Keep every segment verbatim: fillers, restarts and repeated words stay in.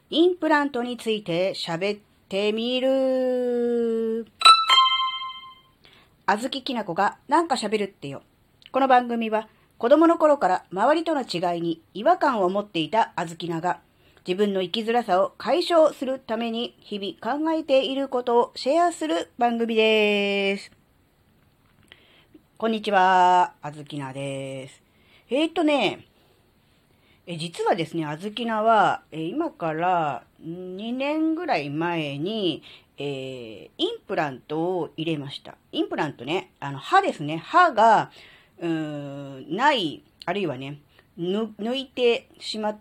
インプラントについて喋ってみる。あずききなこがなんか喋るってよ。この番組は子供の頃から周りとの違いに違和感を持っていたあずきなが自分の生きづらさを解消するために日々考えていることをシェアする番組です。こんにちは、あずきなです。えーっとね、え実はですね、あずきなは、え今からにねんぐらい前に、えーインプラントを入れました。インプラントね、あの、歯ですね。歯が、うーん、ない、あるいはね、ぬ抜いてしまって、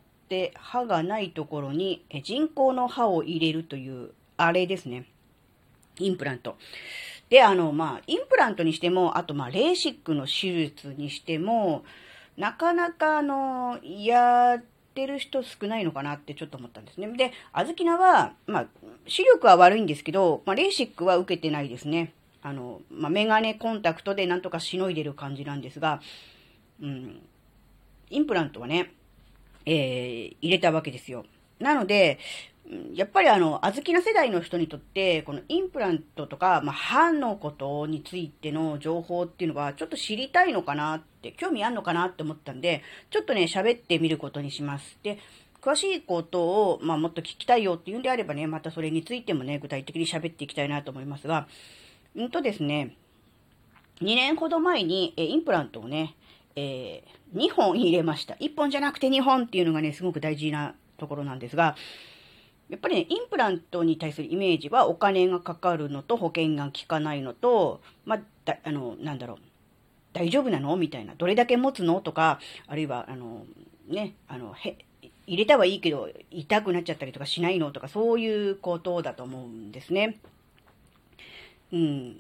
歯がないところにえ人工の歯を入れるという、あれですね。インプラント。で、あの、まあ、インプラントにしても、あと、まあ、レーシックの手術にしても、なかなか、あの、やってる人少ないのかなってちょっと思ったんですね。で、あずきなは、まあ、視力は悪いんですけど、まあ、レーシックは受けてないですね。あの、まあ、メガネコンタクトでなんとかしのいでる感じなんですが、うん、インプラントはね、えー入れたわけですよ。なので、やっぱりあの、あずきな世代の人にとって、このインプラントとか、まあ、歯のことについての情報っていうのは、ちょっと知りたいのかなって、興味あるのかなって思ったんで、ちょっとね、喋ってみることにします。で、詳しいことを、まあ、もっと聞きたいよっていうんであればね、またそれについてもね、具体的に喋っていきたいなと思いますが、うんとですね、にねんほど前に、えインプラントをね、えー、にほん入れました。いっぽんじゃなくてにほんっていうのがね、すごく大事なところなんですが、やっぱりね、インプラントに対するイメージはお金がかかるのと保険が効かないのと、まあ、だ、あの、なんだろう、大丈夫なのみたいな。どれだけ持つのとか、あるいは、あの、ね、あの、へ、入れたはいいけど、痛くなっちゃったりとかしないのとか、そういうことだと思うんですね。うん。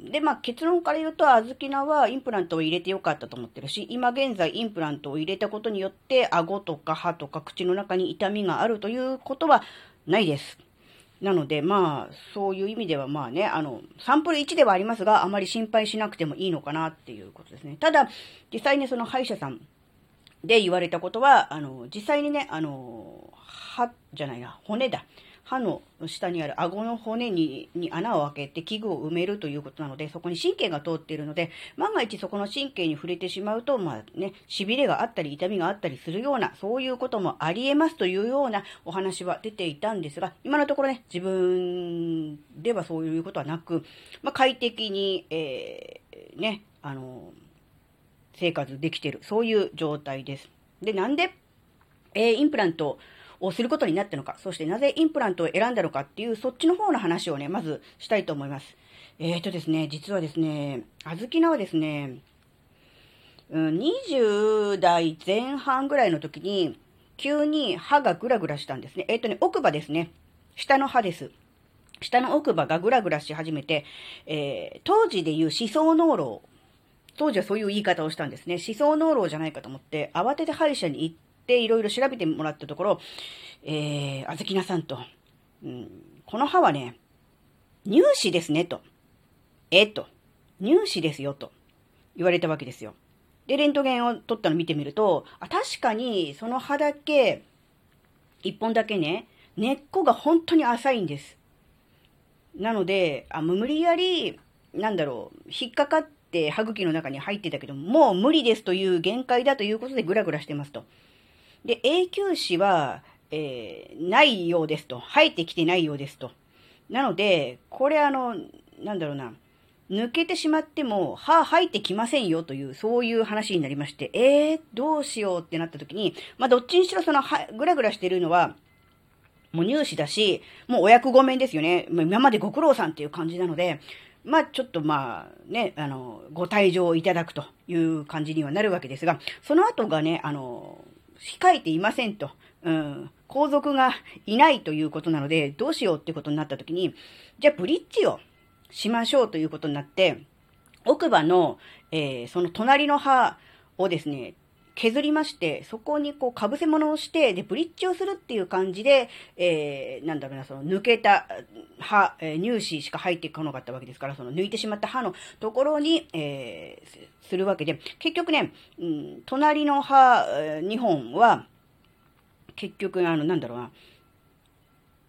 で、まあ、結論から言うと、あずきなはインプラントを入れてよかったと思ってるし、今現在インプラントを入れたことによって、顎とか歯とか口の中に痛みがあるということはないです。なので、まあ、そういう意味では、まあね、あの、サンプルいちではありますが、あまり心配しなくてもいいのかなっていうことですね。ただ、実際にその歯医者さんで言われたことは、あの、実際にね、あの、歯じゃないな、骨だ。歯の下にある顎の骨にに穴を開けて器具を埋めるということなので、そこに神経が通っているので、万が一そこの神経に触れてしまうと、まあね、痺れがあったり痛みがあったりするような、そういうこともあり得ますというようなお話は出ていたんですが、今のところね、自分ではそういうことはなく、まあ、快適に、えー、ね、あの、生活できている、そういう状態です。で、なんで、えー、インプラントをすることになったのか、そしてなぜインプラントを選んだのかっていう、そっちの方の話をね、まずしたいと思います。えーとですね、実はですね、あずきなはですね、うん、にじゅう代前半ぐらいの時に、急に歯がグラグラしたんですね。えっ、ー、とね、奥歯ですね。下の歯です。下の奥歯がグラグラし始めて、えー、当時でいう歯槽膿漏、当時はそういう言い方をしたんですね。歯槽膿漏じゃないかと思って、慌てて歯医者に行っていろいろ調べてもらったところ、えー、あずきなさんと、うん、この歯はね、乳歯ですね、と。えっと、乳歯ですよ、と言われたわけですよ。で、レントゲンを取ったのを見てみると、あ、確かにその歯だけ、一本だけね、根っこが本当に浅いんです。なので、あ、無理やり、なんだろう、引っかかって歯茎の中に入ってたけど、もう無理ですという限界だということでグラグラしてますと。で、永久歯は、えー、ないようですと。生えてきてないようですと。なので、これあの、なんだろうな。抜けてしまっても、歯入ってきませんよという、そういう話になりまして、えー、どうしようってなった時に、まあ、どっちにしろその、グラグラしてるのは、もう乳歯だし、もうお役御免ですよね。もう今までご苦労さんっていう感じなので、まあちょっとまあね、あの、ご退場いただくという感じにはなるわけですが、その後がね、あの、控えていませんと、うん、皇族がいないということなので、どうしようってことになった時に、じゃあブリッジをしましょうということになって、奥歯の、えー、その隣の歯をですね、削りまして、そこにこう、被せ物をして、で、ブリッジをするっていう感じで、えー、なんだろうな、その抜けた歯、えー、乳歯しか入ってこなかったわけですから、その抜いてしまった歯のところに、えー、するわけで、結局ね、うん、隣の歯、えー、にほんは、結局、あの、なんだろうな、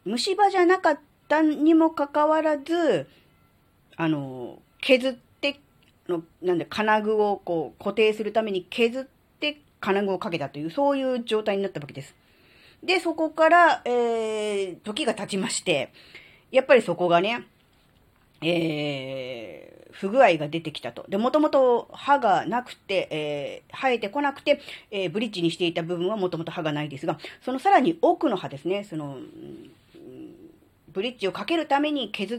虫歯じゃなかったにもかかわらず、あの、削って、のなんで金具をこう固定するために削って金具をかけたという、そういう状態になったわけです。で、そこから、えー、時が経ちまして、やっぱりそこがね、えー、不具合が出てきたと。で、もともと歯がなくて、えー、生えてこなくて、えー、ブリッジにしていた部分はもともと歯がないですが、そのさらに奥の歯ですね、その、ブリッジをかけるために削って、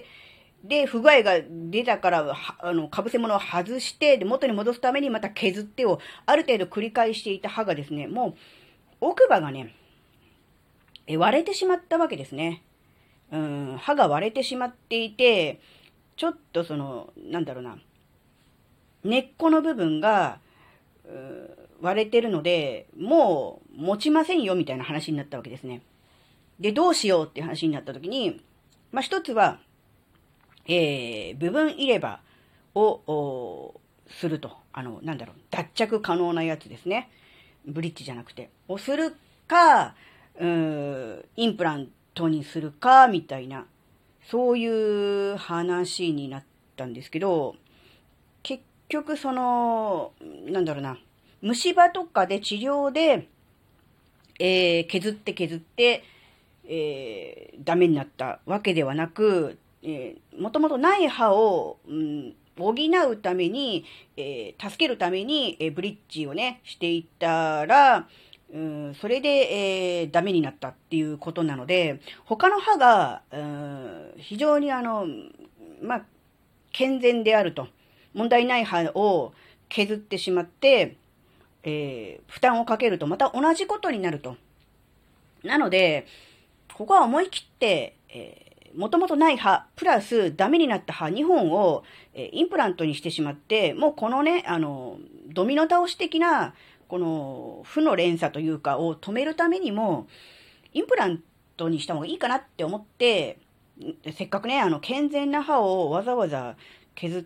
で、不具合が出たから、あの、被せ物を外して、で、元に戻すためにまた削ってを、ある程度繰り返していた歯がですね、もう、奥歯がね、え割れてしまったわけですね。うん、歯が割れてしまっていて、ちょっとその、なんだろうな、根っこの部分が、割れてるので、もう持ちませんよみたいな話になったわけですね。で、どうしようっていう話になった時に、まあ、一つは、えー、部分入れ歯をすると。あの、なんだろう、脱着可能なやつですね。ブリッジじゃなくて。をするか、うーインプラントにするか、みたいな、そういう話になったんですけど、結局その、なんだろうな、虫歯とかで治療で、えー、削って削って、えー、ダメになったわけではなく、えー、もともとない歯を、うん、補うために、えー、助けるために、えー、ブリッジをね、していったら、うん、それで、えー、ダメになったっていうことなので、他の歯が、うん、非常にあの、まあ、健全であると。問題ない歯を削ってしまって、えー、負担をかけるとまた同じことになると。なので、ここは思い切って、えー、もともとない歯、プラスダメになった歯にほんを、えー、インプラントにしてしまって、もうこのね、あの、ドミノ倒し的な、この負の連鎖というかを止めるためにも、インプラントにした方がいいかなって思って、せっかくね、あの、健全な歯をわざわざ削って、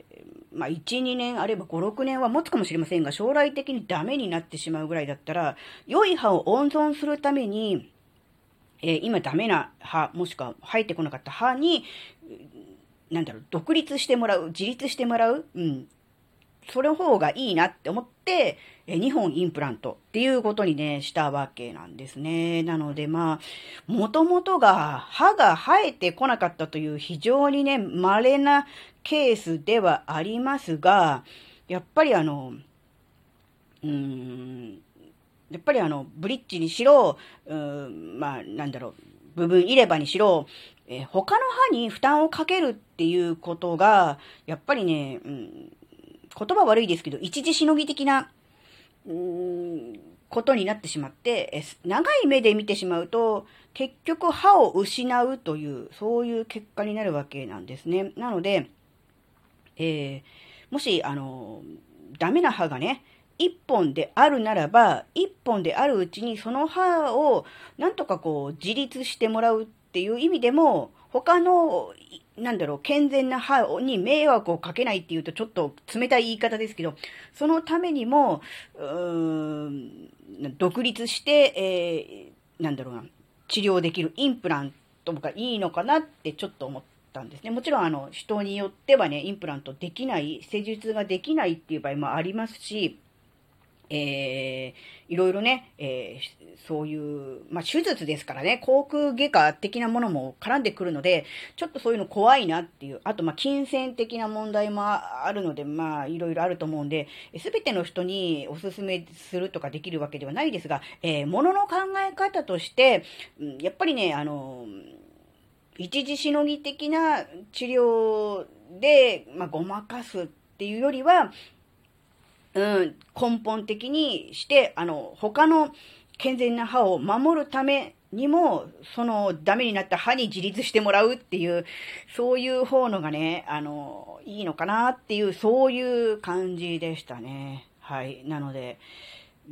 まあ、いち、にねんあればご、ろくねんは持つかもしれませんが、将来的にダメになってしまうぐらいだったら、良い歯を温存するために、えー、今ダメな歯、もしくは生えてこなかった歯に、なんだろう、独立してもらう、自立してもらう、うん。それの方がいいなって思って、えー、にほんインプラントっていうことにね、したわけなんですね。なのでまあ、もともとが歯が生えてこなかったという非常にね、稀なケースではありますが、やっぱりあの、うーん、やっぱりあの、ブリッジにしろ、うーん、まあ、なんだろう、部分入れ歯にしろ、えー他の歯に負担をかけるっていうことが、やっぱりね、うん、言葉悪いですけど、一時しのぎ的な、うーん、ことになってしまって、え長い目で見てしまうと、結局歯を失うという、そういう結果になるわけなんですね。なので、えーもし、あの、ダメな歯がね、一本であるならば、一本であるうちにその歯をなんとかこう自立してもらうっていう意味でも、他の、いなんだろう、健全な歯に迷惑をかけないっていうとちょっと冷たい言い方ですけど、そのためにも、うーん、独立して、えーなんだろうな、治療できるインプラントがいいのかなってちょっと思ったんですね。もちろんあの人によってはね、インプラントできない、施術ができないっていう場合もありますし、えー、いろいろね、えーそういう、まあ、手術ですからね、口腔外科的なものも絡んでくるので、ちょっとそういうの怖いなっていう、あと、まあ、金銭的な問題もあるので、まあ、いろいろあると思うんで、すべての人にお勧めするとかできるわけではないですが、えー、ものの考え方として、うんやっぱりね、あの、一時しのぎ的な治療で、まあ、ごまかすっていうよりは、うん、根本的にして、あの、他の健全な歯を守るためにも、そのダメになった歯に自立してもらうっていう、そういう方のがね、あの、いいのかなっていう、そういう感じでしたね。はい。なので、うん、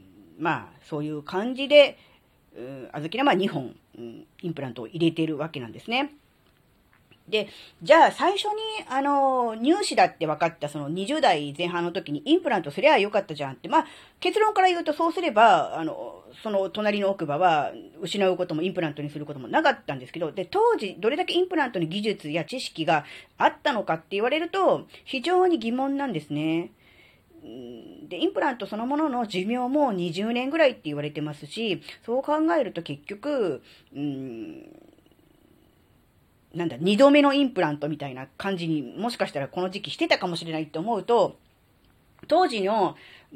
まあ、そういう感じで、うん、あずきらまあにほん、うん、インプラントを入れているわけなんですね。で、じゃあ最初に、あの、入試だって分かったそのにじゅう代前半の時にインプラントすりゃよかったじゃんって、まあ、結論から言うとそうすれば、あの、 その隣の奥歯は失うこともインプラントにすることもなかったんですけど、で、当時どれだけインプラントに技術や知識があったのかって言われると、非常に疑問なんですね。で、インプラントそのものの寿命もにじゅうねんぐらいって言われてますし、そう考えると結局、うーん、なんだ、二度目のインプラントみたいな感じにもしかしたらこの時期してたかもしれないって思うと、当時の、うん、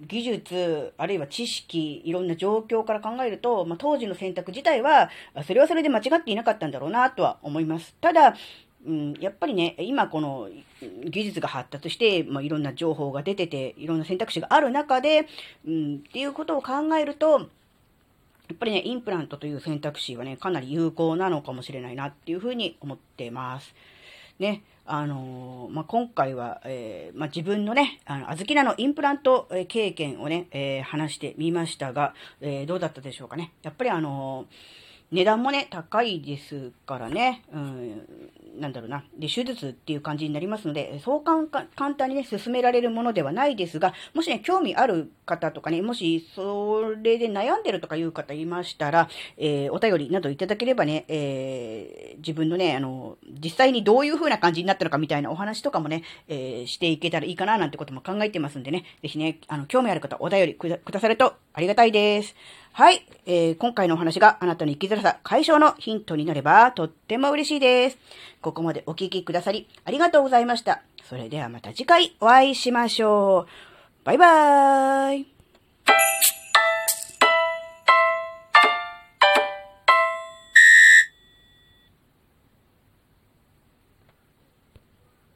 技術、あるいは知識、いろんな状況から考えると、まあ、当時の選択自体は、それはそれで間違っていなかったんだろうなとは思います。ただ、うん、やっぱりね、今この技術が発達して、まあ、いろんな情報が出てて、いろんな選択肢がある中で、うん、っていうことを考えると、やっぱりね、インプラントという選択肢はね、かなり有効なのかもしれないなっていうふうに思ってます。ね、あのー、まあ、今回は、えー、まあ、自分のね、あの、あずきなのインプラント経験をね、えー、話してみましたが、えー、どうだったでしょうかね。やっぱりあのー、値段もね、高いですからね、うん、なんだろうな。で、手術っていう感じになりますので、そう簡単にね、進められるものではないですが、もしね、興味ある方とかね、もしそれで悩んでるとかいう方いましたら、えー、お便りなどいただければね、えー、自分のね、あの、実際にどういう風な感じになったのかみたいなお話とかもね、えー、していけたらいいかななんてことも考えてますんでね、ぜひね、あの、興味ある方、お便りくだ、くださるとありがたいです。はい、えー、今回のお話があなたの生きづらさ解消のヒントになればとっても嬉しいです。ここまでお聞きくださりありがとうございました。それではまた次回お会いしましょう。バイバーイ。